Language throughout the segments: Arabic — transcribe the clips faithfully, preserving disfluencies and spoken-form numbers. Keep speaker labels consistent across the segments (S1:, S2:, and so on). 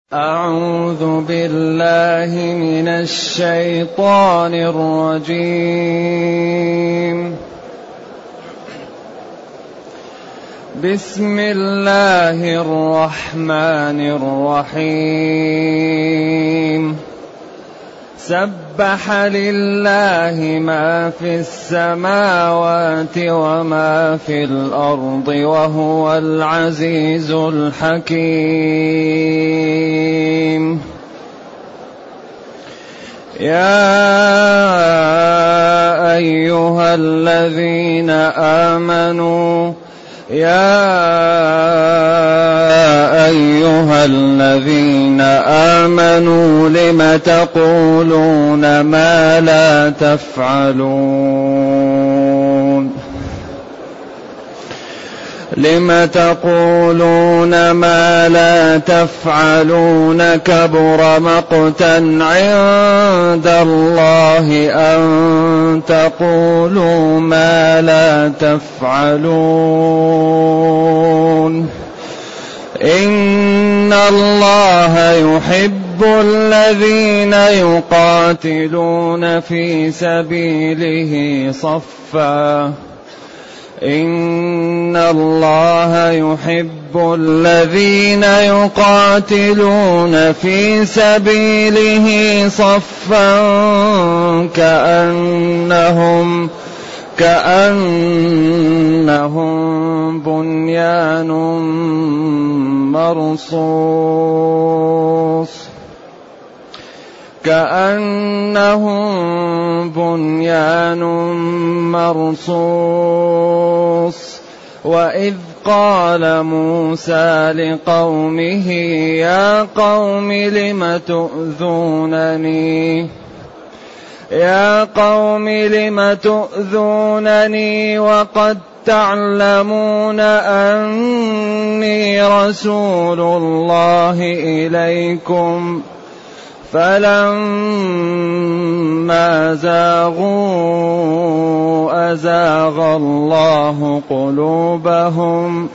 S1: أعوذ بالله من الشيطان الرجيم. بسم الله الرحمن الرحيم. سبح لله ما في السماوات وما في الأرض وهو العزيز الحكيم. يا أيها الذين آمنوا يا أيها الذين آمنوا لم تقولون ما لا تفعلون لم تقولون ما لا تفعلون كبر مقتا عند الله أن تقولوا ما لا تفعلون. إن الله يحب الذين يقاتلون في سبيله صفا إن الله يحب الذين يقاتلون في سبيله صفا كأنهم كأنهم بنيان مرصوص كأنهم بنيان مرصوص. وإذ قال موسى لقومه يا قوم لم تؤذونني يا قوم لم تؤذونني وقد تعلمون أني رسول الله إليكم فلما زاغوا أزاغ الله قلوبهم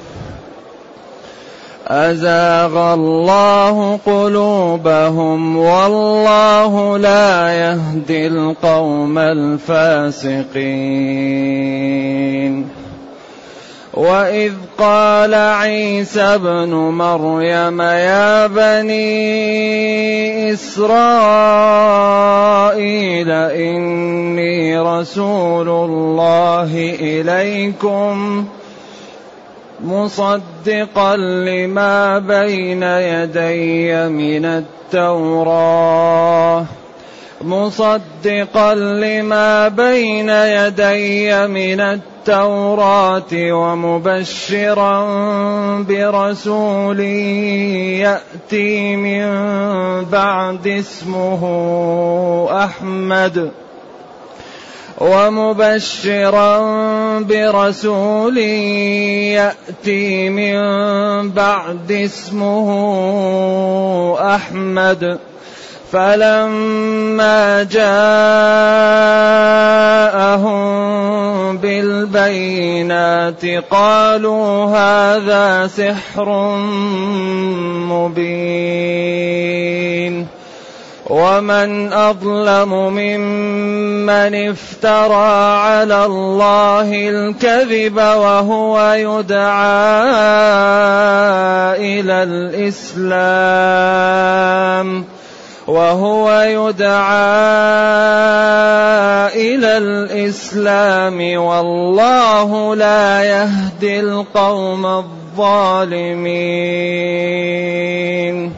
S1: أزاغ الله قلوبهم والله لا يهدي القوم الفاسقين. وإذ قال عيسى ابن مريم يا بني إسرائيل إني رسول الله إليكم مصدقا لما بين يدي من التوراة مصدقا لما بين يدي من التوراة ومبشرا برسول يأتي من بعد اسمه أحمد ومبشرا برسول يأتي من بعد اسمه أحمد. فلما جاءهم بالبينات قالوا هذا سحر مبين. ومن أظلم ممن افترى على الله الكذب وهو يدعى إلى الإسلام وهو يدعى إلى الإسلام والله لا يهدي القوم الظالمين.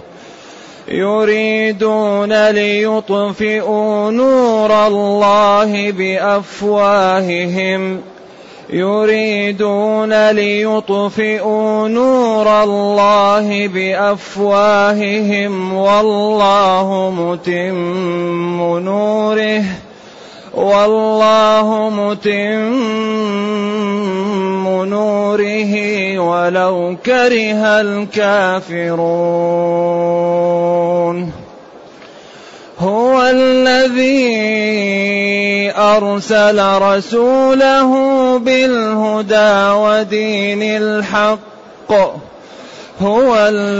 S1: يريدون ليطفئوا نور الله بأفواههم يريدون ليطفئوا نور الله بأفواههم والله متم نوره والله متم نوره ولو كره الكافرون. هو الذي أرسل رسوله بالهدى ودين الحق هو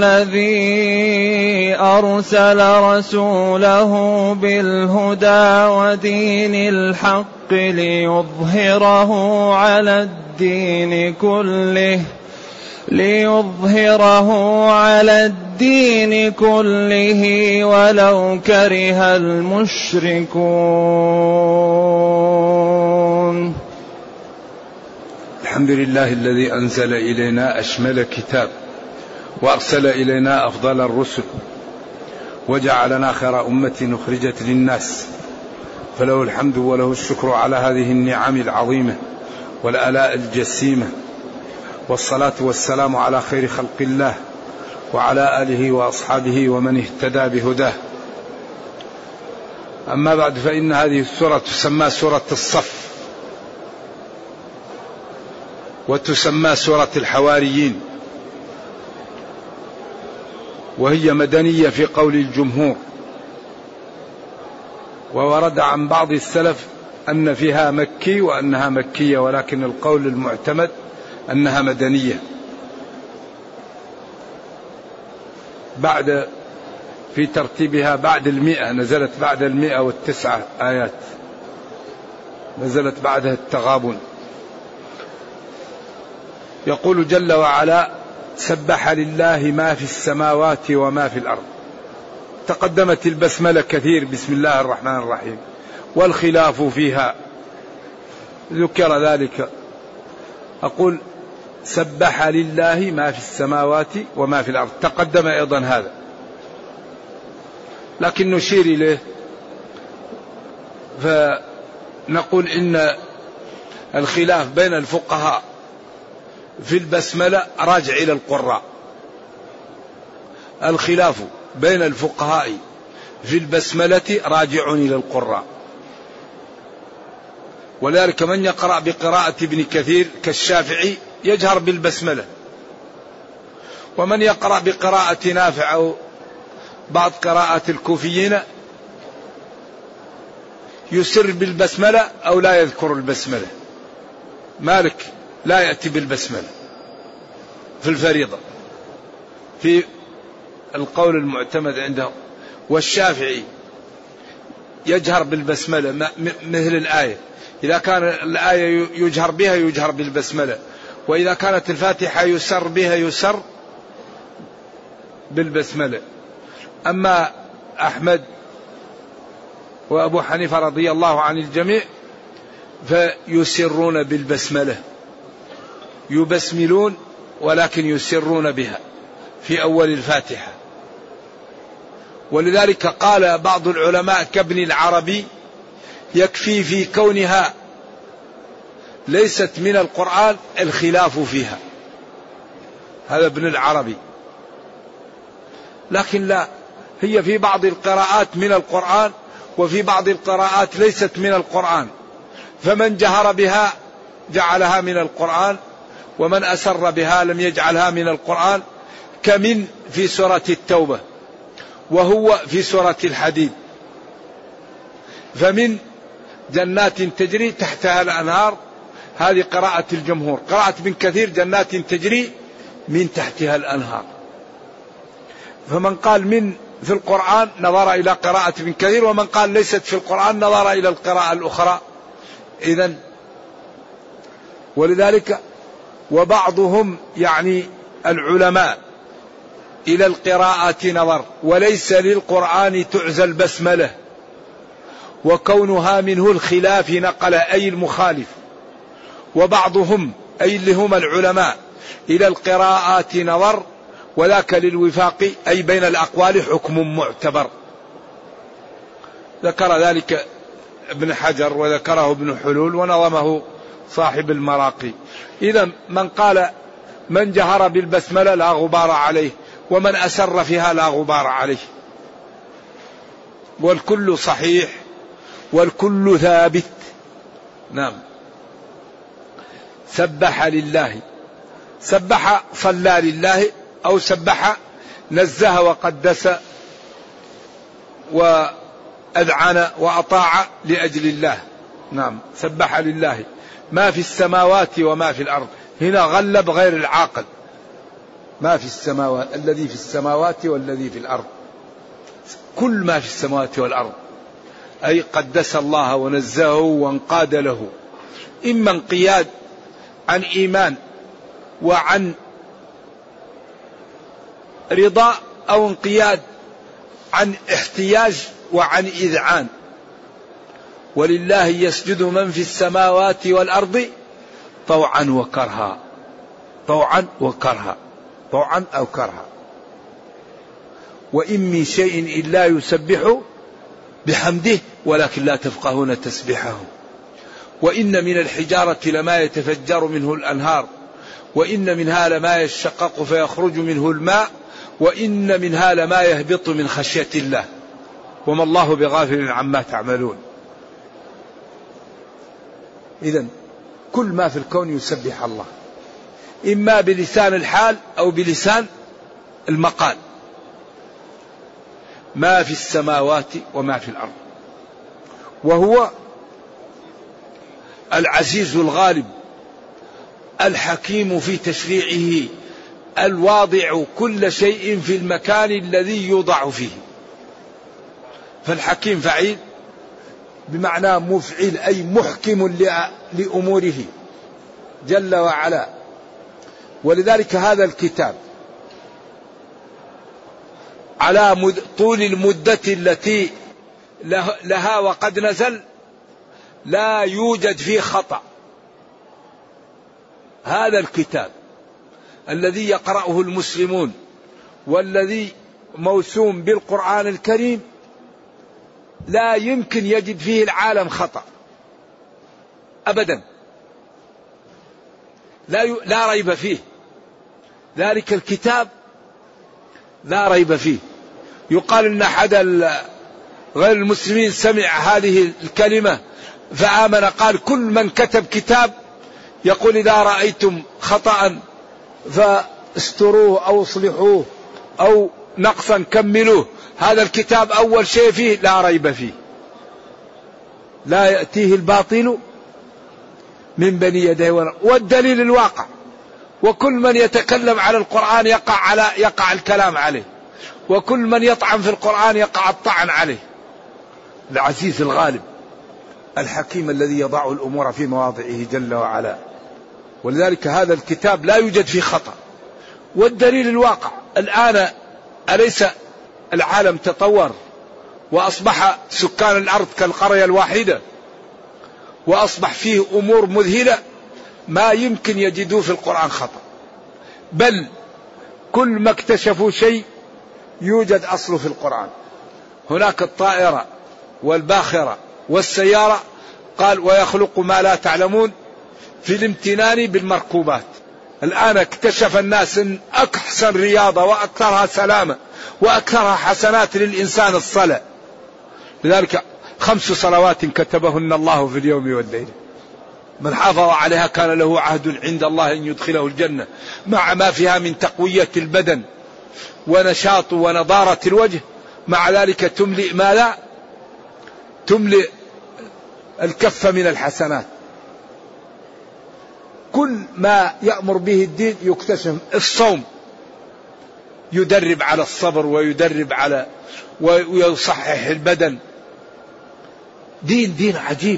S1: الذي أرسل رسوله بالهدى ودين الحق ليظهره على الدين كله ليظهره على الدين كله ولو كره المشركون.
S2: الحمد لله الذي أنزل إلينا أشمل كتاب وأرسل إلينا أفضل الرسل وجعلنا خير أمة أخرجت للناس، فله الحمد وله الشكر على هذه النعم العظيمة والآلاء الجسيمة، والصلاة والسلام على خير خلق الله وعلى آله وأصحابه ومن اهتدى بهداه. أما بعد، فإن هذه السورة تسمى سورة الصف، وتسمى سورة الحواريين، وهي مدنية في قول الجمهور، وورد عن بعض السلف أن فيها مكي وأنها مكية، ولكن القول المعتمد أنها مدنية. بعد في ترتيبها بعد المئة، نزلت بعد المئة والتسعة آيات، نزلت بعدها التغابن. يقول جل وعلا: سبح لله ما في السماوات وما في الأرض. تقدمت البسملة كثير، بسم الله الرحمن الرحيم، والخلاف فيها ذكر ذلك. أقول سبح لله ما في السماوات وما في الأرض، تقدم أيضا هذا، لكن نشير إليه فنقول إن الخلاف بين الفقهاء في البسملة راجع إلى القراء. الخلاف بين الفقهاء في البسملة راجع إلى القراء، ولذلك من يقرأ بقراءة ابن كثير كالشافعي يجهر بالبسملة، ومن يقرأ بقراءة نافع أو بعض قراءات الكوفيين يسر بالبسملة أو لا يذكر البسملة. مالك لا يأتي بالبسملة في الفريضة في القول المعتمد عندهم، والشافعي يجهر بالبسملة مثل الآية، إذا كان الآية يجهر بها يجهر بالبسملة، وإذا كانت الفاتحة يسر بها يسر بالبسملة. أما أحمد وأبو حنيفة رضي الله عن الجميع فيسرون بالبسملة، يبسملون ولكن يسرون بها في أول الفاتحة. ولذلك قال بعض العلماء كابن العربي: يكفي في كونها ليست من القرآن الخلاف فيها. هذا ابن العربي، لكن لا، هي في بعض القراءات من القرآن وفي بعض القراءات ليست من القرآن، فمن جهر بها جعلها من القرآن، ومن أسر بها لم يجعلها من القرآن، كمن في سورة التوبة وهو في سورة الحديد. فمن جنات تجري تحتها الأنهار، هذه قراءة الجمهور. قراءة ابن كثير جنات تجري من تحتها الأنهار. فمن قال من في القرآن نظر إلى قراءة ابن كثير، ومن قال ليست في القرآن نظر إلى القراءة الأخرى. إذن ولذلك وبعضهم يعني العلماء إلى القراءة نظر، وليس للقرآن تعزى البسملة، وكونها منه الخلاف نقل أي المخالف. وبعضهم أي اللي هم العلماء إلى القراءات نظر، وذاك للوفاق أي بين الأقوال حكم معتبر. ذكر ذلك ابن حجر وذكره ابن حلول ونظمه صاحب المراقي. إذا من قال من جهر بالبسملة لا غبار عليه، ومن أسر فيها لا غبار عليه، والكل صحيح والكل ثابت. نعم. سبح لله، سبح صلى لله، أو سبح نزه وقدس وأذعن وأطاع لأجل الله. نعم. سبح لله ما في السماوات وما في الأرض. هنا غلب غير العاقل، ما في السماوات، الذي في السماوات والذي في الأرض، كل ما في السماوات والأرض، أي قدس الله ونزهه وانقاد له، إما انقياد عن إيمان وعن رضا، أو انقياد عن احتياج وعن إذعان. ولله يسجد من في السماوات والأرض طوعا وكرها، طوعا وكرها، طوعا أو كرها. وإن من شيء إلا يسبح بحمده ولكن لا تفقهون تسبيحه. وإن من الحجارة لما يتفجر منه الأنهار، وإن منها لما يشقق فيخرج منه الماء، وإن منها لما يهبط من خشية الله وما الله بغافل عما تعملون. إذن كل ما في الكون يسبح الله، إما بلسان الحال أو بلسان المقال. ما في السماوات وما في الأرض، وهو العزيز الغالب الحكيم في تشريعه، الواضع كل شيء في المكان الذي يوضع فيه. فالحكيم فعيل بمعنى مفعل، أي محكم لأموره جل وعلا. ولذلك هذا الكتاب على مد... طول المدة التي لها وقد نزل لا يوجد فيه خطأ. هذا الكتاب الذي يقرأه المسلمون والذي موسوم بالقرآن الكريم لا يمكن يجد فيه العالم خطأ أبدا، لا ي... لا ريب فيه. ذلك الكتاب لا ريب فيه. يقال ان احد غير المسلمين سمع هذه الكلمة فآمن، قال كل من كتب كتاب يقول إذا رأيتم خطأ فاستروه أو اصلحوه أو نقصا كملوه. هذا الكتاب أول شيء فيه لا ريب فيه، لا يأتيه الباطل من بني يديه، والدليل الواقع. وكل من يتكلم على القرآن يقع على يقع الكلام عليه، وكل من يطعن في القرآن يقع الطعن عليه. العزيز الغالب الحكيم الذي يضع الأمور في مواضعه جل وعلا. ولذلك هذا الكتاب لا يوجد فيه خطأ. والدليل الواقع الآن، أليس العالم تطور وأصبح سكان الأرض كالقرية الواحدة، وأصبح فيه أمور مذهلة ما يمكن يجدوه في القرآن خطأ، بل كل ما اكتشفوا شيء يوجد أصله في القرآن. هناك الطائرة والباخرة والسيارة، قال ويخلق ما لا تعلمون في الامتنان بالمركوبات. الآن اكتشف الناس أن أحسن رياضة وأكثرها سلامة وأكثرها حسنات للإنسان الصلاة. لذلك خمس صلوات كتبهن الله في اليوم والليلة، من حافظ عليها كان له عهد عند الله أن يدخله الجنة، مع ما فيها من تقوية البدن ونشاط ونضارة الوجه. مع ذلك تملئ ما لا تملئ الكف من الحسنات. كل ما يأمر به الدين يكتشف. الصوم يدرب على الصبر ويدرب على ويصحح البدن. دين دين عجيب.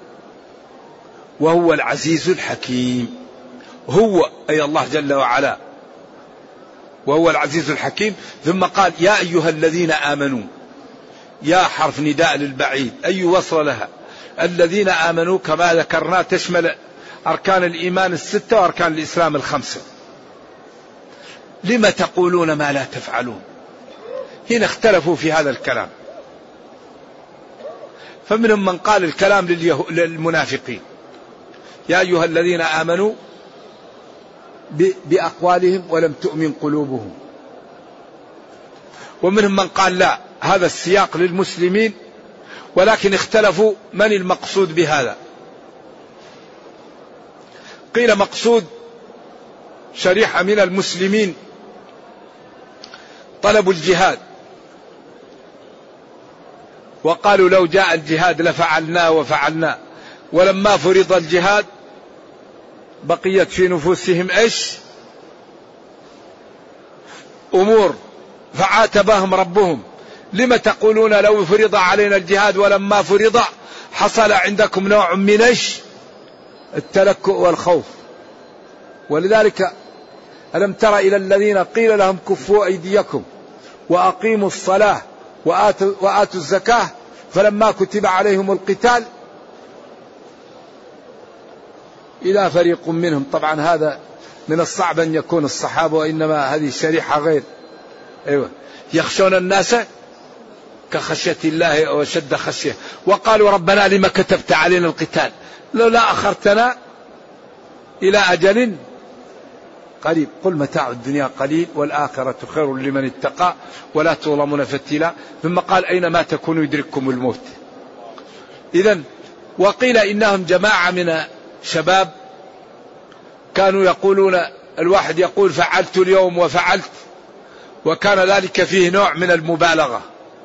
S2: وهو العزيز الحكيم، هو أي الله جل وعلا، وهو العزيز الحكيم. ثم قال يا أيها الذين آمنوا، يا حرف نداء للبعيد، أي وصل لها. الذين آمنوا كما ذكرنا تشمل أركان الإيمان الستة وأركان الإسلام الخمسة. لما تقولون ما لا تفعلون؟ هنا اختلفوا في هذا الكلام، فمنهم من قال الكلام للمنافقين يا أيها الذين آمنوا بأقوالهم ولم تؤمن قلوبهم، ومنهم من قال لا، هذا السياق للمسلمين، ولكن اختلفوا من المقصود بهذا. قيل مقصود شريحة من المسلمين طلبوا الجهاد، وقالوا لو جاء الجهاد لفعلناه وفعلناه، ولما فرض الجهاد بقيت في نفوسهم ايش؟ أمور فعاتبهم ربهم لم تقولون لو فرض علينا الجهاد ولما فرض حصل عندكم نوع من التلكؤ والخوف. ولذلك ألم تر إلى الذين قيل لهم كفوا أيديكم وأقيموا الصلاة وآتوا, وآتوا الزكاة فلما كتب عليهم القتال إذا فريق منهم. طبعا هذا من الصعب أن يكون الصحابة وإنما هذه الشريحة غير. أيوة يخشون الناس كخشية الله أو أشد خشية وقالوا ربنا لما كتبت علينا القتال لولا أخرتنا إلى أجل قريب قل متاع الدنيا قليل والآخرة خير لمن اتقى ولا تظلمون فتيلا. ثم قال أينما تكونوا يدرككم الموت. إذن وقيل إنهم جماعة من شباب كانوا يقولون الواحد يقول فعلت اليوم وفعلت وكان ذلك فيه نوع من المبالغة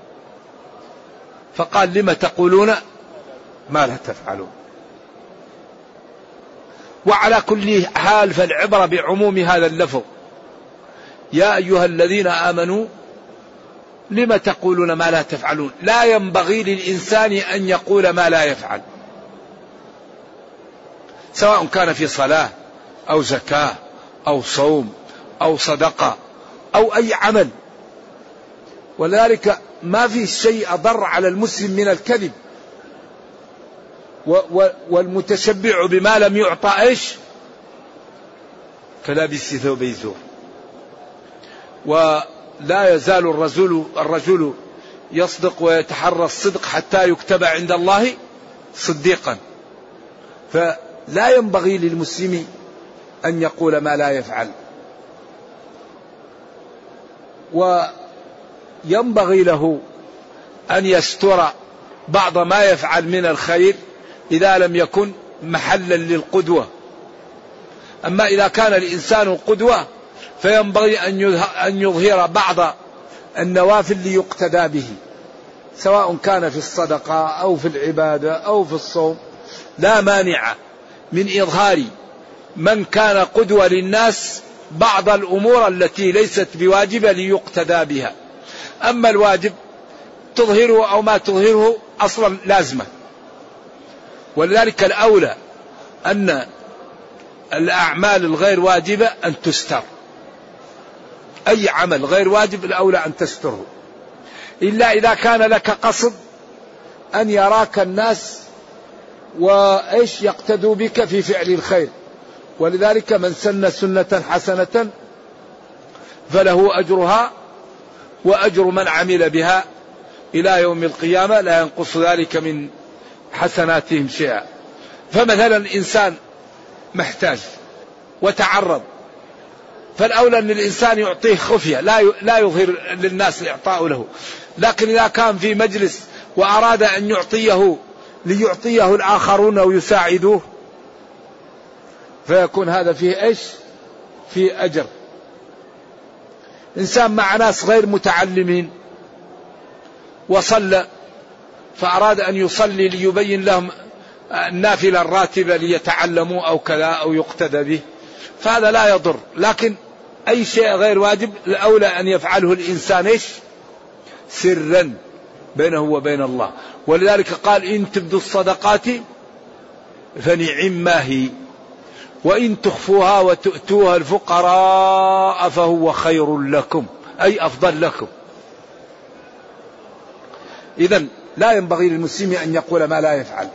S2: فقال لما تقولون ما لا تفعلون. وعلى كل حال فالعبرة بعموم هذا اللفظ يا أيها الذين آمنوا لما تقولون ما لا تفعلون. لا ينبغي للإنسان أن يقول ما لا يفعل سواء كان في صلاة أو زكاة أو صوم أو صدقة أو أي عمل. ولذلك ما في شيء أضر على المسلم من الكذب والمتشبع بما لم يعطى إيش كلابس ثوبي زور. ولا يزال الرجل الرجل يصدق ويتحرى الصدق حتى يكتب عند الله صديقا. فلا ينبغي للمسلم أن يقول ما لا يفعل. وينبغي له أن يستر بعض ما يفعل من الخير إذا لم يكن محلا للقدوة. أما إذا كان الإنسان قدوة فينبغي أن يظهر بعض النوافل ليقتدى به سواء كان في الصدقة أو في العبادة أو في الصوم. لا مانع من إظهار من كان قدوة للناس بعض الأمور التي ليست بواجبة ليقتدى بها. أما الواجب تظهره أو ما تظهره أصلا لازمة. ولذلك الأولى أن الأعمال الغير واجبة أن تستر. أي عمل غير واجب الأولى أن تستره إلا إذا كان لك قصد أن يراك الناس وإيش يقتدوا بك في فعل الخير. ولذلك من سن سنة حسنة فله أجرها وأجر من عمل بها إلى يوم القيامة لا ينقص ذلك من حسناتهم شيئا. فمثلا الإنسان محتاج وتعرض فالأولى أن الإنسان يعطيه خفية لا يظهر للناس الإعطاء له. لكن إذا كان في مجلس وأراد أن يعطيه ليعطيه الآخرون ويساعدوه فيكون هذا فيه إيش فيه أجر. إنسان مع ناس غير متعلمين وصلى فأراد أن يصلي ليبين لهم النافلة الراتبة ليتعلموا أو كذا أو يقتدى به فهذا لا يضر. لكن أي شيء غير واجب الأولى أن يفعله الإنسان إيش سرا بينه وبين الله. ولذلك قال إن تبدوا الصدقات فنعم ما هي وإن تخفوها وتؤتوها الفقراء فهو خير لكم أي أفضل لكم. إذن لا ينبغي للمسلم أن يقول ما لا يفعل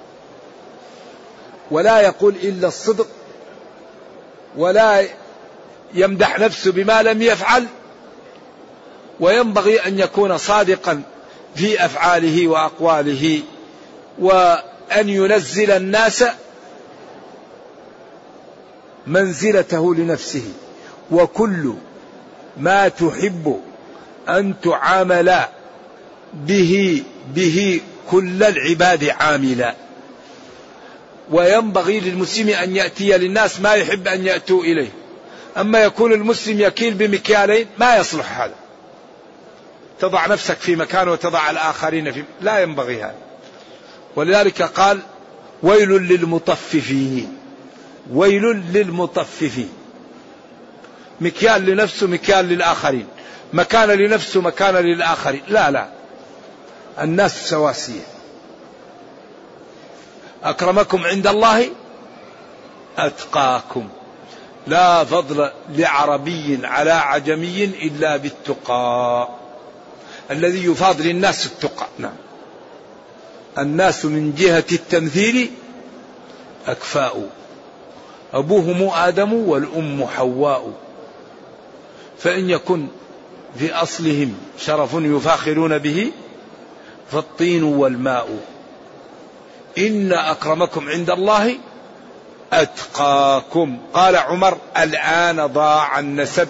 S2: ولا يقول إلا الصدق ولا يمدح نفسه بما لم يفعل. وينبغي أن يكون صادقا في أفعاله وأقواله وأن ينزل الناس منزلته لنفسه. وكل ما تحب أن تعامل به به كل العباد عاملا. وينبغي للمسلم أن يأتي للناس ما يحب أن يأتوا إليه. أما يكون المسلم يكيل بمكيالين ما يصلح هذا. تضع نفسك في مكان وتضع الآخرين في لا ينبغي هذا. ولذلك قال ويل للمطففين ويل للمطففين. مكيال لنفسه مكيال للآخرين، مكان لنفسه مكان للآخرين، لا لا، الناس سواسية. أكرمكم عند الله أتقاكم، لا فضل لعربي على عجمي إلا بالتقى، الذي يفاضل الناس التقى. نعم. الناس من جهة التمثيل أكفاء، أبوهم آدم والأم حواء، فإن يكن في أصلهم شرف يفاخرون به فالطين والماء. إن أكرمكم عند الله أتقاكم. قال عمر: الآن ضاع النسب،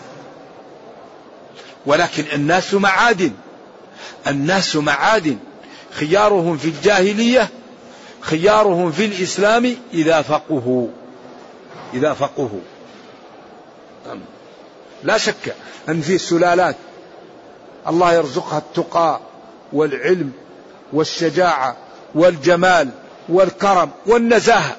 S2: ولكن الناس معادن، الناس معادن، خيارهم في الجاهلية خيارهم في الإسلام إذا فقهوا، إذا فقهوا. لا شك أن في سلالات الله يرزقها التقى والعلم والشجاعة والجمال والكرم والنزاهة،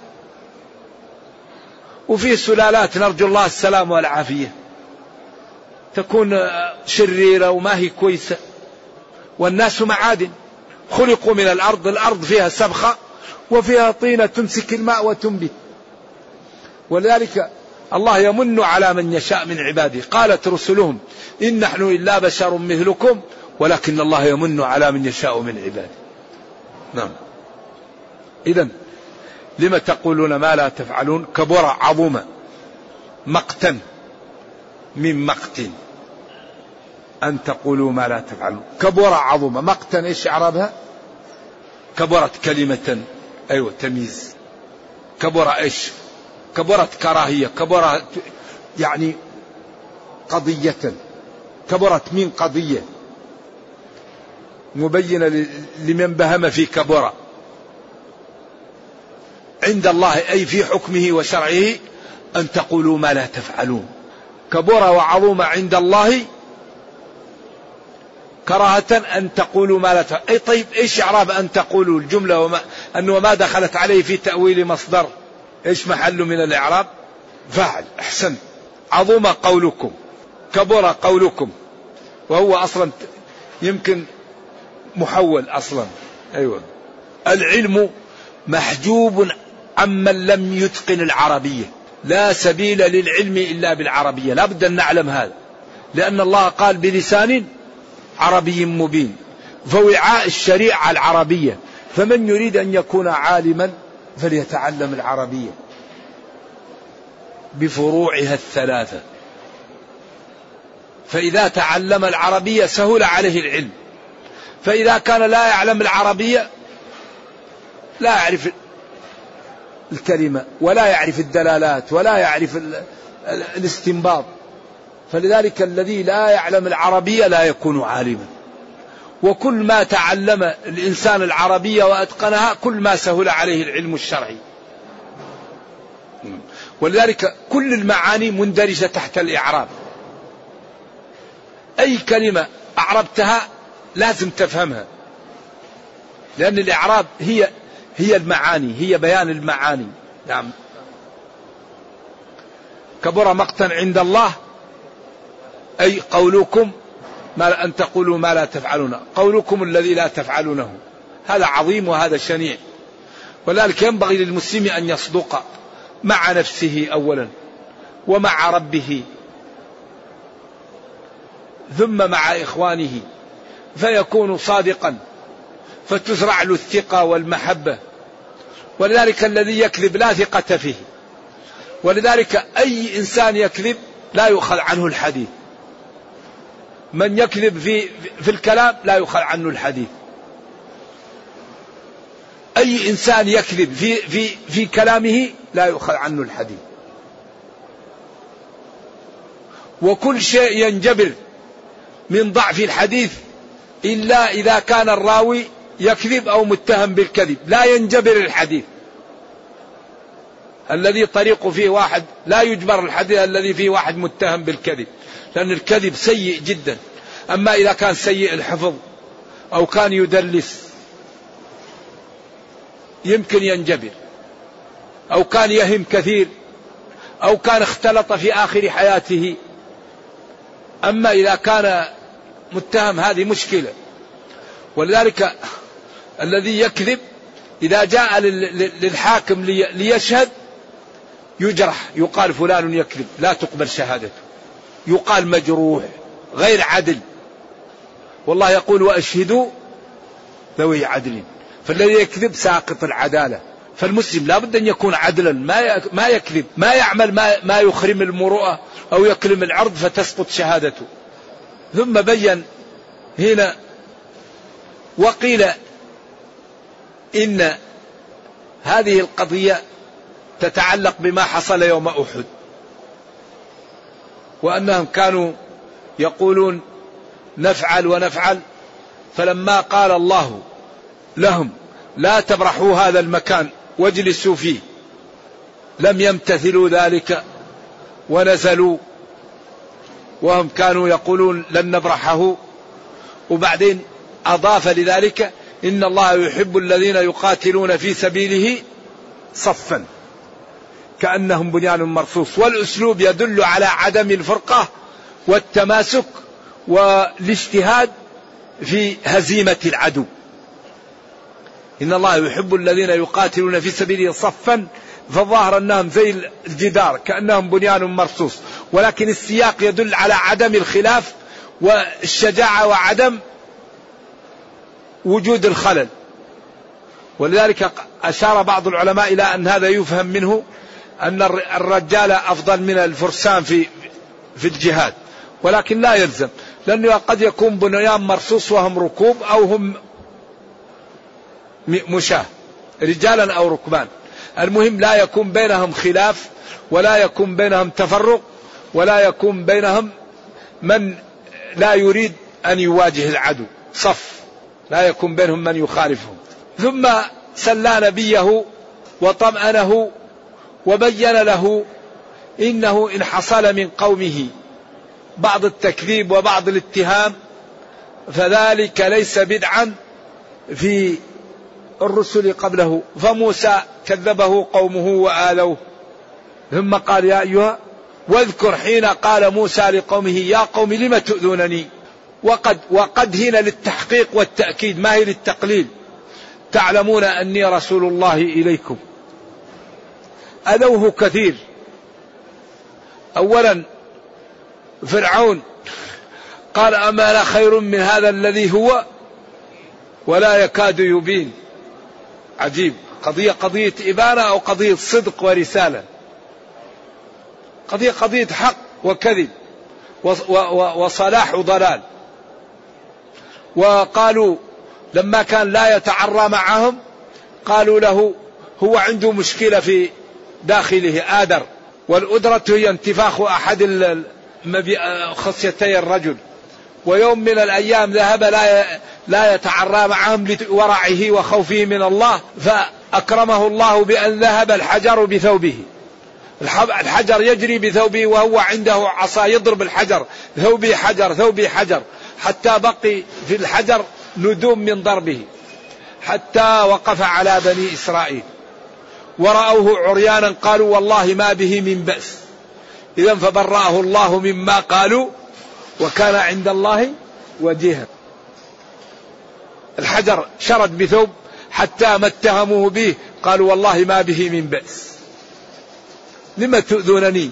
S2: وفي سلالات نرجو الله السلام والعافية تكون شريرة وما هي كويسة. والناس معادن، خلقوا من الأرض، الأرض فيها سبخة وفيها طينة تمسك الماء وتنبت. ولذلك الله يمن على من يشاء من عباده. قالت رسلهم: إن نحن إلا بشر مثلكم ولكن الله يمن على من يشاء من عباده. نعم. إذن لما تقولون ما لا تفعلون؟ كبر عظم مقتا من مقت أن تقولوا ما لا تفعلون. كبر عظم مقتا، إيش إعرابها؟ كبرت كلمة، أيوة تمييز. كبر إيش؟ كبرت كراهية، كبرت يعني قضية، كبرت من قضية مبينة لمن بهم في كبر عند الله، أي في حكمه وشرعه، أن تقولوا ما لا تفعلون. كبر وعظوم عند الله كراهة أن تقولوا ما لا تفعلون. أي طيب إيش إعراب أن تقولوا الجملة وما أنه ما دخلت عليه في تأويل مصدر؟ إيش محله من الإعراب؟ فاعل. أحسن. عظوم قولكم، كبر قولكم، وهو أصلا يمكن محول أصلا. أيوة. العلم محجوب عمن لم يتقن العربية، لا سبيل للعلم إلا بالعربية، لا بد أن نعلم هذا، لأن الله قال بلسان عربي مبين، فوعاء الشريعة العربية، فمن يريد أن يكون عالما فليتعلم العربية بفروعها الثلاثة، فإذا تعلم العربية سهل عليه العلم. فإذا كان لا يعلم العربية لا يعرف الكلمة ولا يعرف الدلالات ولا يعرف الاستنباط. فلذلك الذي لا يعلم العربية لا يكون عالما. وكل ما تعلم الإنسان العربية وأتقنها كل ما سهل عليه العلم الشرعي. ولذلك كل المعاني مندرجة تحت الإعراب. أي كلمة أعربتها لازم تفهمها، لأن الإعراب هي هي المعاني، هي بيان المعاني. نعم. كبر مقتا عند الله أي قولكم ما أن تقولوا ما لا تفعلون، قولكم الذي لا تفعلونه، هذا عظيم وهذا شنيع. ولذلك ينبغي للمسلم أن يصدق مع نفسه أولا ومع ربه ثم مع إخوانه، فيكون صادقا فتزرع له الثقة والمحبة. ولذلك الذي يكذب لا ثقة فيه، ولذلك أي إنسان يكذب لا يؤخذ عنه الحديث. من يكذب في في الكلام لا يؤخذ عنه الحديث. أي إنسان يكذب في في في كلامه لا يؤخذ عنه الحديث. وكل شيء ينجبر من ضعف الحديث إلا إذا كان الراوي يكذب أو متهم بالكذب، لا ينجبر الحديث. الذي طريقه فيه واحد لا يجبر الحديث الذي فيه واحد متهم بالكذب، لأن الكذب سيء جدا. أما إذا كان سيء الحفظ أو كان يدلس يمكن ينجبر، أو كان يهم كثير، أو كان اختلط في آخر حياته أما إذا كان متهم هذه مشكلة. ولذلك الذي يكذب إذا جاء للحاكم ليشهد يجرح، يقال فلان يكذب، لا تقبل شهادته، يقال مجروح غير عدل. والله يقول وأشهدوا ذوي عدل، فالذي يكذب ساقط العدالة. فالمسلم لا بد أن يكون عدلا، ما ما يكذب، ما يعمل ما ما يخرم المروءة أو يكلم العرض فتسقط شهادته. ثم بين هنا وقيل إن هذه القضية تتعلق بما حصل يوم أحد، وأنهم كانوا يقولون نفعل ونفعل، فلما قال الله لهم لا تبرحوا هذا المكان واجلسوا فيه لم يمتثلوا ذلك ونزلوا، وهم كانوا يقولون لن نبرحه. وبعدين أضاف لذلك إن الله يحب الذين يقاتلون في سبيله صفا كأنهم بنيان مرصوص. والأسلوب يدل على عدم الفرقة والتماسك والاجتهاد في هزيمة العدو. إن الله يحب الذين يقاتلون في سبيله صفا، فظاهر أنهم زي الجدار كأنهم بنيان مرصوص، ولكن السياق يدل على عدم الخلاف والشجاعة وعدم وجود الخلل. ولذلك أشار بعض العلماء إلى أن هذا يفهم منه أن الرجال أفضل من الفرسان في في الجهاد، ولكن لا يلزم، لأنه قد يكون بنيان مرصوص وهم ركوب أو هم مشاة، رجالا أو ركبان. المهم لا يكون بينهم خلاف، ولا يكون بينهم تفرق، ولا يكون بينهم من لا يريد أن يواجه العدو، صف، لا يكون بينهم من يخالفهم. ثم سلى نبيه وطمأنه وبين له إنه إن حصل من قومه بعض التكذيب وبعض الاتهام فذلك ليس بدعا في الرسل قبله، فموسى كذبه قومه وآلوه. ثم قال يا أيها واذكر حين قال موسى لقومه يا قوم لم تؤذونني. وقد وقد هنا للتحقيق والتأكيد، ما هي للتقليل. تعلمون أني رسول الله إليكم. أذوه كثير. أولا فرعون قال أما أنا خير من هذا الذي هو ولا يكاد يبين. عجيب، قضية قضية إبانة أو قضية صدق ورسالة؟ قضية قضية حق وكذب وصلاح وضلال. وقالوا لما كان لا يتعرى معهم قالوا له هو عنده مشكلة في داخله آدر، والأدرة هي انتفاخ أحد خصيتي الرجل. ويوم من الأيام ذهب لا لا يتعرى معهم لورعه وخوفه من الله، فأكرمه الله بأن ذهب الحجر بثوبه. الحجر يجري بثوبه وهو عنده عصا يضرب الحجر، ثوبي حجر ثوبي حجر، حتى بقي في الحجر ندوم من ضربه، حتى وقف على بني إسرائيل ورأوه عريانا قالوا والله ما به من بأس. إذن فبرأه الله مما قالوا وكان عند الله وجيها. الحجر شرد بثوب حتى ما اتهموه به قالوا والله ما به من بأس. لما تؤذونني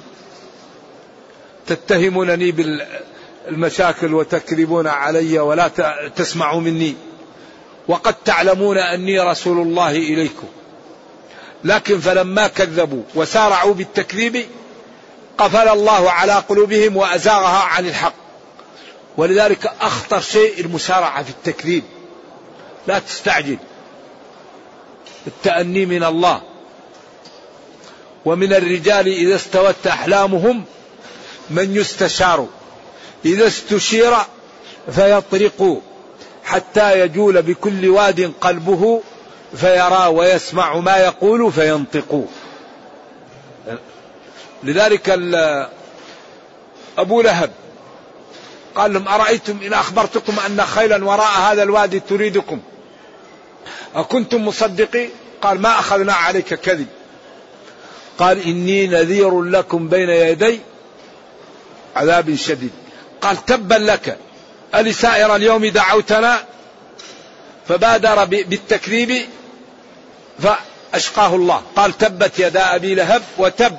S2: تتهمونني بالمشاكل وتكذبون علي ولا تسمعوا مني، وقد تعلمون أني رسول الله إليكم. لكن فلما كذبوا وسارعوا بالتكذيب قفل الله على قلوبهم وأزاغها عن الحق. ولذلك أخطر شيء المسارعة في التكذيب، لا تستعجل، التأني من الله. ومن الرجال إذا استوت أحلامهم من يستشار إذا استشير فيطرق حتى يجول بكل واد قلبه فيرى ويسمع ما يقول فينطق. لذلك أبو لهب قال لهم أرأيتم إن أخبرتكم أن خيلا وراء هذا الوادي تريدكم أكنتم مصدقين؟ قال ما أخذنا عليك كذب. قال إني نذير لكم بين يدي عذاب شديد. قال تبا لك ألسائر اليوم دعوتنا، فبادر بالتكذيب فأشقاه الله. قال تبت يدا أبي لهب وتب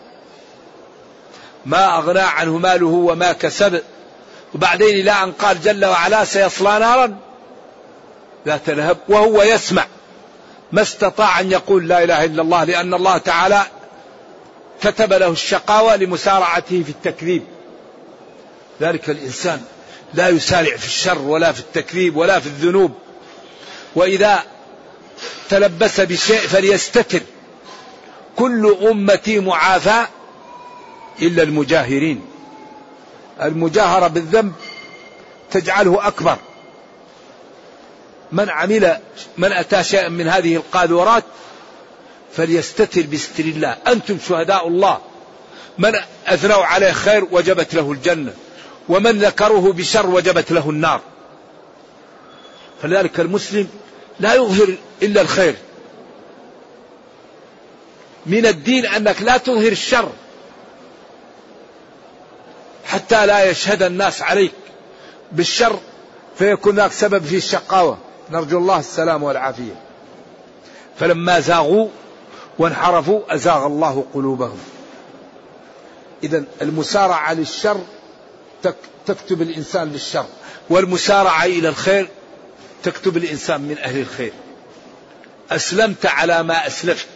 S2: ما أغنى عنه ماله وما كسب. وبعدين إلى أن قال جل وعلا سيصلى نارا ذات لهب وهو يسمع، ما استطاع أن يقول لا إله إلا الله، لأن الله تعالى كتب له الشقاوة لمسارعته في التكذيب. ذلك الإنسان لا يسارع في الشر ولا في التكذيب ولا في الذنوب، وإذا تلبس بشيء فليستتر. كل أمتي معافى إلا المجاهرين. المجاهرة بالذنب تجعله أكبر. من عمل من أتى شيئا من هذه القاذورات فليستتر بستر الله، أنتم شهداء الله. من أثنوا عليه خير وجبت له الجنة، ومن ذكروه بشر وجبت له النار. فلذلك المسلم لا يظهر إلا الخير. من الدين أنك لا تظهر الشر حتى لا يشهد الناس عليك بالشر فيكون ذاك سبب في الشقاوة. نرجو الله السلام والعافية. فلما زاغوا وانحرفوا أزاغ الله قلوبهم. إذن المسارعة للشر تكتب الإنسان للشر، والمسارعة إلى الخير تكتب الإنسان من أهل الخير. أسلمت على ما أسلفت.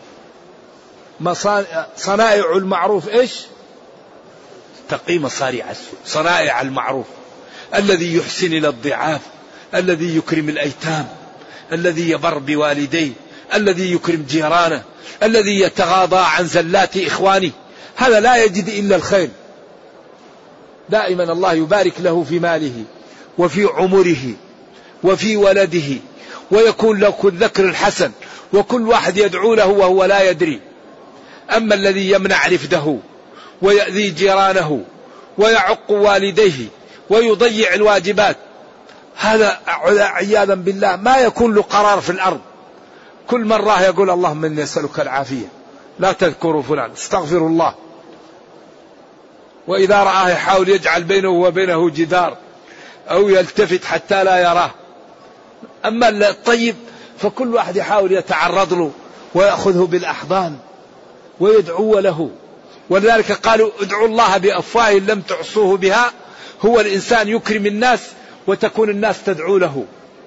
S2: صنائع المعروف إيش؟ تقي مصارع السوء. صنائع المعروف الذي يحسن إلى الضعاف، الذي يكرم الأيتام، الذي يبر بوالديه، الذي يكرم جيرانه، الذي يتغاضى عن زلات إخوانه، هذا لا يجد إلا الخير. دائما الله يبارك له في ماله وفي عمره وفي ولده، ويكون له الذكر الحسن، وكل واحد يدعو له وهو لا يدري. أما الذي يمنع رفده ويأذي جيرانه ويعق والديه ويضيع الواجبات، هذا عياذا بالله ما يكون له قرار في الأرض. كل مرة يقول اللهم إني أسألك العافية، لا تذكروا فلان، استغفر الله. وإذا رآه يحاول يجعل بينه وبينه جدار أو يلتفت حتى لا يراه. أما الطيب فكل واحد يحاول يتعرض له ويأخذه بالأحضان ويدعو له. ولذلك قالوا ادعوا الله بأفواه لم تعصوه بها. هو الإنسان يكرم الناس وتكون الناس تدعو له،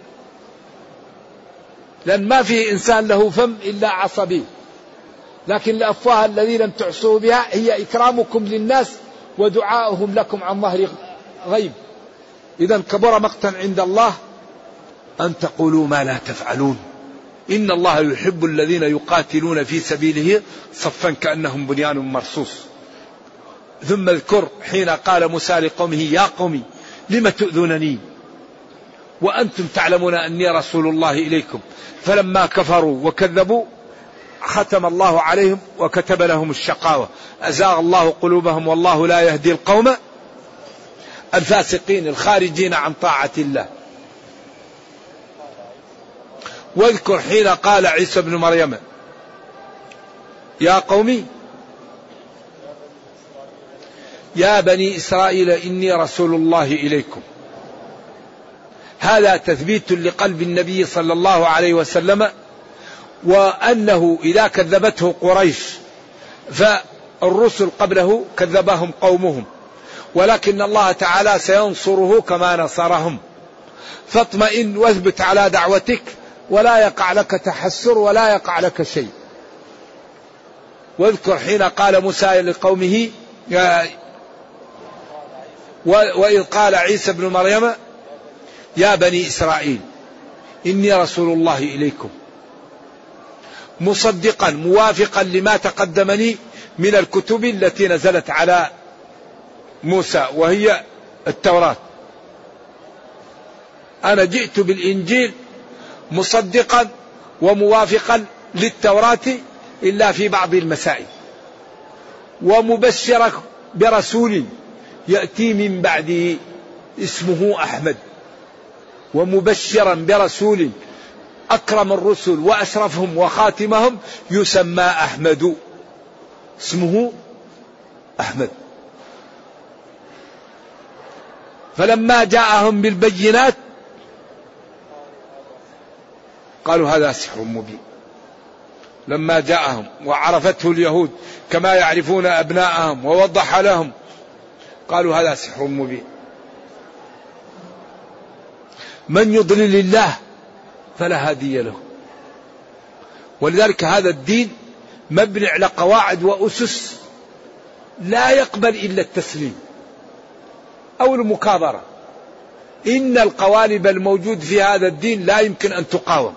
S2: لأن ما في إنسان له فم إلا عصبي، لكن الأفواه الذي لم تعصوه بها هي إكرامكم للناس ودعاؤهم لكم عن ظهر غيب. إذا كبر مقتا عند الله أن تقولوا ما لا تفعلون. إن الله يحب الذين يقاتلون في سبيله صفا كأنهم بنيان مرصوص. ثم اذكر حين قال موسى لقومه يا قوم لم تؤذونني وأنتم تعلمون أني رسول الله إليكم. فلما كفروا وكذبوا ختم الله عليهم وكتب لهم الشقاوة. أزاغ الله قلوبهم والله لا يهدي القوم الفاسقين الخارجين عن طاعة الله. واذكر حين قال عيسى بن مريم يا قومي يا بني إسرائيل إني رسول الله إليكم. هذا تثبيت لقلب النبي صلى الله عليه وسلم، وأنه إذا كذبته قريش فالرسل قبله كذبهم قومهم، ولكن الله تعالى سينصره كما نصرهم. فاطمئن واثبت على دعوتك ولا يقع لك تحسر ولا يقع لك شيء. واذكر حين قال موسى لقومه وإذ قال عيسى بن مريم يا بني إسرائيل إني رسول الله إليكم مصدقا موافقا لما تقدمني من الكتب التي نزلت على موسى وهي التوراة. أنا جئت بالإنجيل مصدقا وموافقا للتوراة إلا في بعض المسائل، ومبشرا برسول يأتي من بعده اسمه أحمد، ومبشرا برسول أكرم الرسل وأشرفهم وخاتمهم يسمى أحمد، اسمه أحمد. فلما جاءهم بالبينات قالوا هذا سحر مبين. لما جاءهم وعرفته اليهود كما يعرفون أبناءهم ووضح لهم قالوا هذا سحر مبين. من يضلل الله فلا هادي له. ولذلك هذا الدين مبني على قواعد وأسس لا يقبل إلا التسليم أو المكابرة. إن القوالب الموجود في هذا الدين لا يمكن أن تقاوم.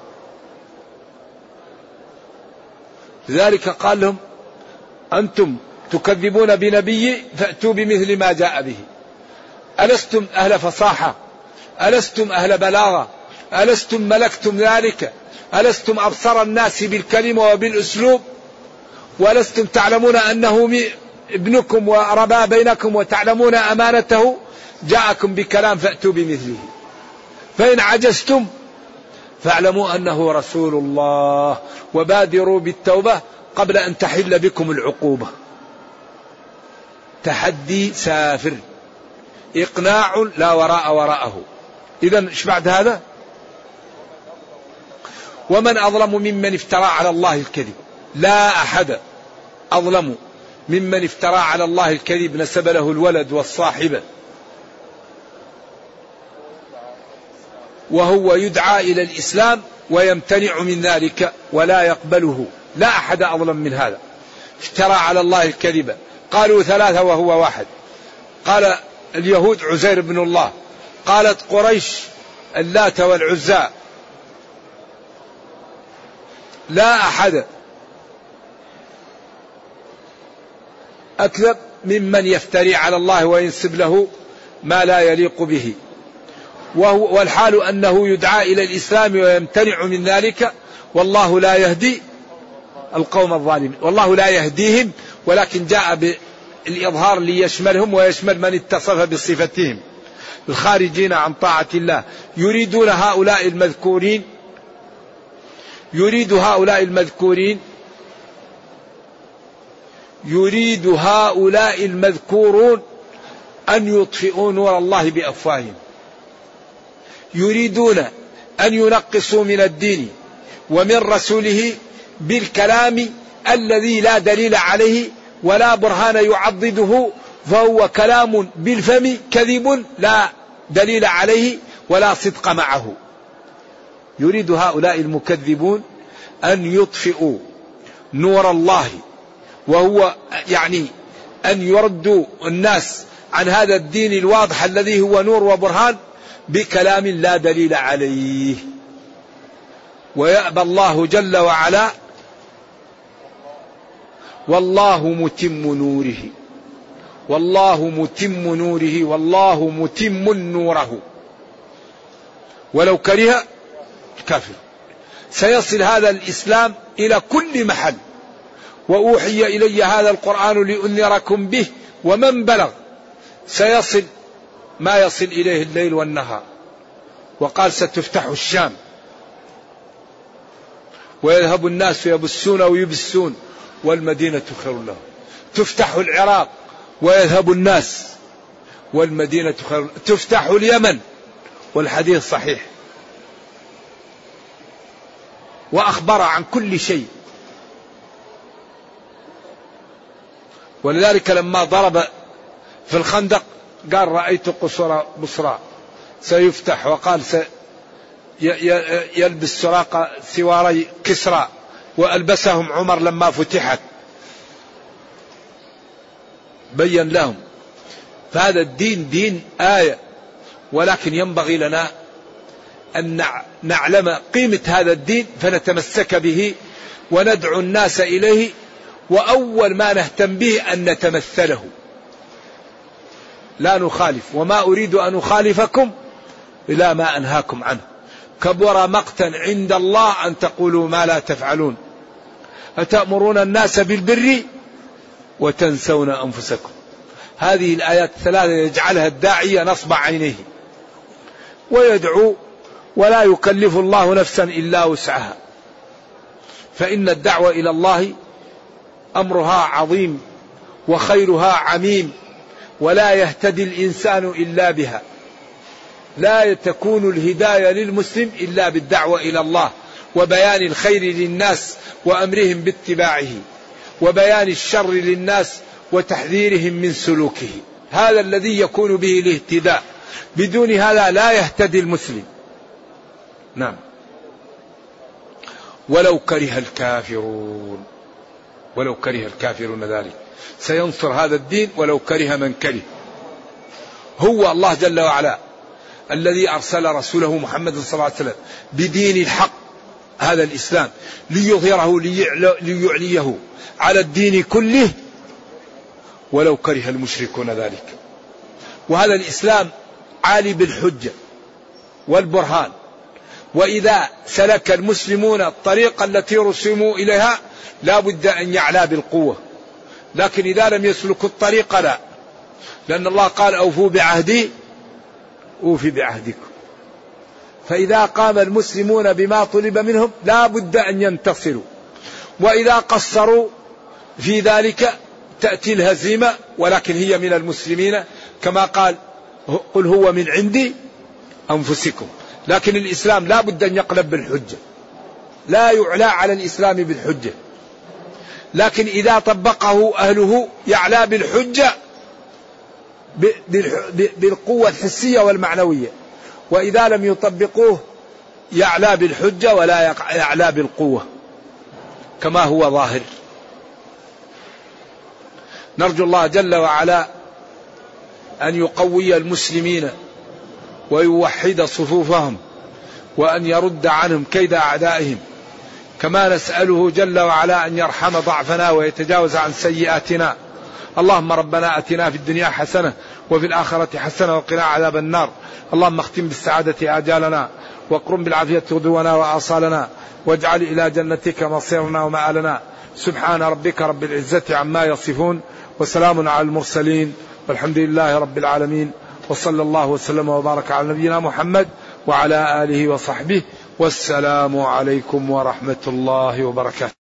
S2: لذلك قال لهم أنتم تكذبون بنبي فأتوا بمثل ما جاء به. ألستم أهل فصاحة؟ ألستم أهل بلاغة؟ ألستم ملكتم ذلك؟ ألستم أبصر الناس بالكلمة وبالأسلوب؟ ولستم تعلمون أنه ابنكم وربا بينكم وتعلمون أمانته؟ جاءكم بكلام فأتوا بمثله. فإن عجزتم فاعلموا أنه رسول الله وبادروا بالتوبة قبل أن تحل بكم العقوبة. تحدي سافر، إقناع لا وراء وراءه. إذن إيش بعد هذا؟ ومن أظلم ممن افترى على الله الكذب. لا أحد أظلم ممن افترى على الله الكذب نسب له الولد والصاحبة وهو يدعى إلى الإسلام ويمتنع من ذلك ولا يقبله. لا أحد أظلم من هذا. افترى على الله الكذب. قالوا ثلاثة وهو واحد. قال اليهود عزير بن الله، قالت قريش اللات والعزى. لا أحد أكذب ممن يفتري على الله وينسب له ما لا يليق به، وهو والحال أنه يدعى إلى الإسلام ويمتنع من ذلك. والله لا يهدي القوم الظالمين. والله لا يهديهم، ولكن جاء بالإظهار ليشملهم ويشمل من اتصف بصفتهم الخارجين عن طاعة الله. يريدون هؤلاء المذكورين يريد هؤلاء المذكورين يريد هؤلاء المذكورون أن يطفئوا نور الله بأفواههم. يريدون أن ينقصوا من الدين ومن رسوله بالكلام الذي لا دليل عليه ولا برهان يعضده، فهو كلام بالفم كذب لا دليل عليه ولا صدق معه. يريد هؤلاء المكذبون أن يطفئوا نور الله، وهو يعني أن يردوا الناس عن هذا الدين الواضح الذي هو نور وبرهان بكلام لا دليل عليه. ويأبى الله جل وعلا والله متم نوره. والله متم نوره والله متم نوره ولو كره الكافر. سيصل هذا الإسلام إلى كل محل. وأوحي إلي هذا القرآن لأنذركم به ومن بلغ. سيصل ما يصل إليه الليل والنهار. وقال ستفتح الشام ويذهب الناس يبسون ويبسون والمدينة خير لهم. تفتح العراق ويذهب الناس والمدينة خير. تفتح اليمن والحديث صحيح. وأخبر عن كل شيء. ولذلك لما ضرب في الخندق قال رأيت قصر بصرى سيفتح، وقال يلبس سراق سواري كسرى وألبسهم عمر لما فتحت. بين لهم. فهذا الدين دين آية، ولكن ينبغي لنا أن نعلم قيمة هذا الدين فنتمسك به وندعو الناس إليه. وأول ما نهتم به أن نتمثله لا نخالف. وما أريد أن أخالفكم إلى ما أنهاكم عنه. كبر مقتا عند الله أن تقولوا ما لا تفعلون أتأمرون الناس بالبر وتنسون أنفسكم. هذه الآيات الثلاثة يجعلها الداعية نصب عينيه ويدعو، ولا يكلف الله نفسا إلا وسعها. فإن الدعوة إلى الله أمرها عظيم وخيرها عميم، ولا يهتدي الإنسان إلا بها. لا تكون الهداية للمسلم إلا بالدعوة إلى الله وبيان الخير للناس وأمرهم باتباعه، وبيان الشر للناس وتحذيرهم من سلوكه. هذا الذي يكون به الاهتداء، بدون هذا لا يهتدي المسلم. نعم. ولو كره الكافرون، ولو كره الكافرون ذلك، سينصر هذا الدين ولو كره من كره. هو الله جل وعلا الذي أرسل رسوله محمد صلى الله عليه وسلم بدين الحق، هذا الإسلام، ليظهره ليعليه على الدين كله ولو كره المشركون ذلك. وهذا الإسلام عالي بالحجة والبرهان، وإذا سلك المسلمون الطريقة التي رسموا إليها لا بد أن يعلى بالقوة، لكن إذا لم يسلكوا الطريقة لا، لأن الله قال أوفوا بعهدي أوفي بعهدكم. فإذا قام المسلمون بما طلب منهم لا بد أن ينتصروا، وإذا قصروا في ذلك تأتي الهزيمة، ولكن هي من المسلمين، كما قال قل هو من عندي أنفسكم. لكن الإسلام لا بد أن يقلب بالحجة، لا يعلى على الإسلام بالحجة، لكن إذا طبقه أهله يعلى بالحجة بالقوة الحسية والمعنوية، وإذا لم يطبقوه يعلى بالحجة ولا يعلى بالقوة كما هو ظاهر. نرجو الله جل وعلا أن يقوي المسلمين ويوحد صفوفهم، وأن يرد عنهم كيد أعدائهم، كما نسأله جل وعلا أن يرحم ضعفنا ويتجاوز عن سيئاتنا. اللهم ربنا أتنا في الدنيا حسنة وفي الآخرة حسنة وقنا عذاب النار. اللهم اختم بالسعادة آجالنا، واقرم بالعافية غدونا وآصالنا، واجعل إلى جنتك مصيرنا ومآلنا. سبحان ربك رب العزة عما يصفون، وسلام على المرسلين، والحمد لله رب العالمين، وصلى الله وسلم وبارك على نبينا محمد وعلى آله وصحبه، والسلام عليكم ورحمة الله وبركاته.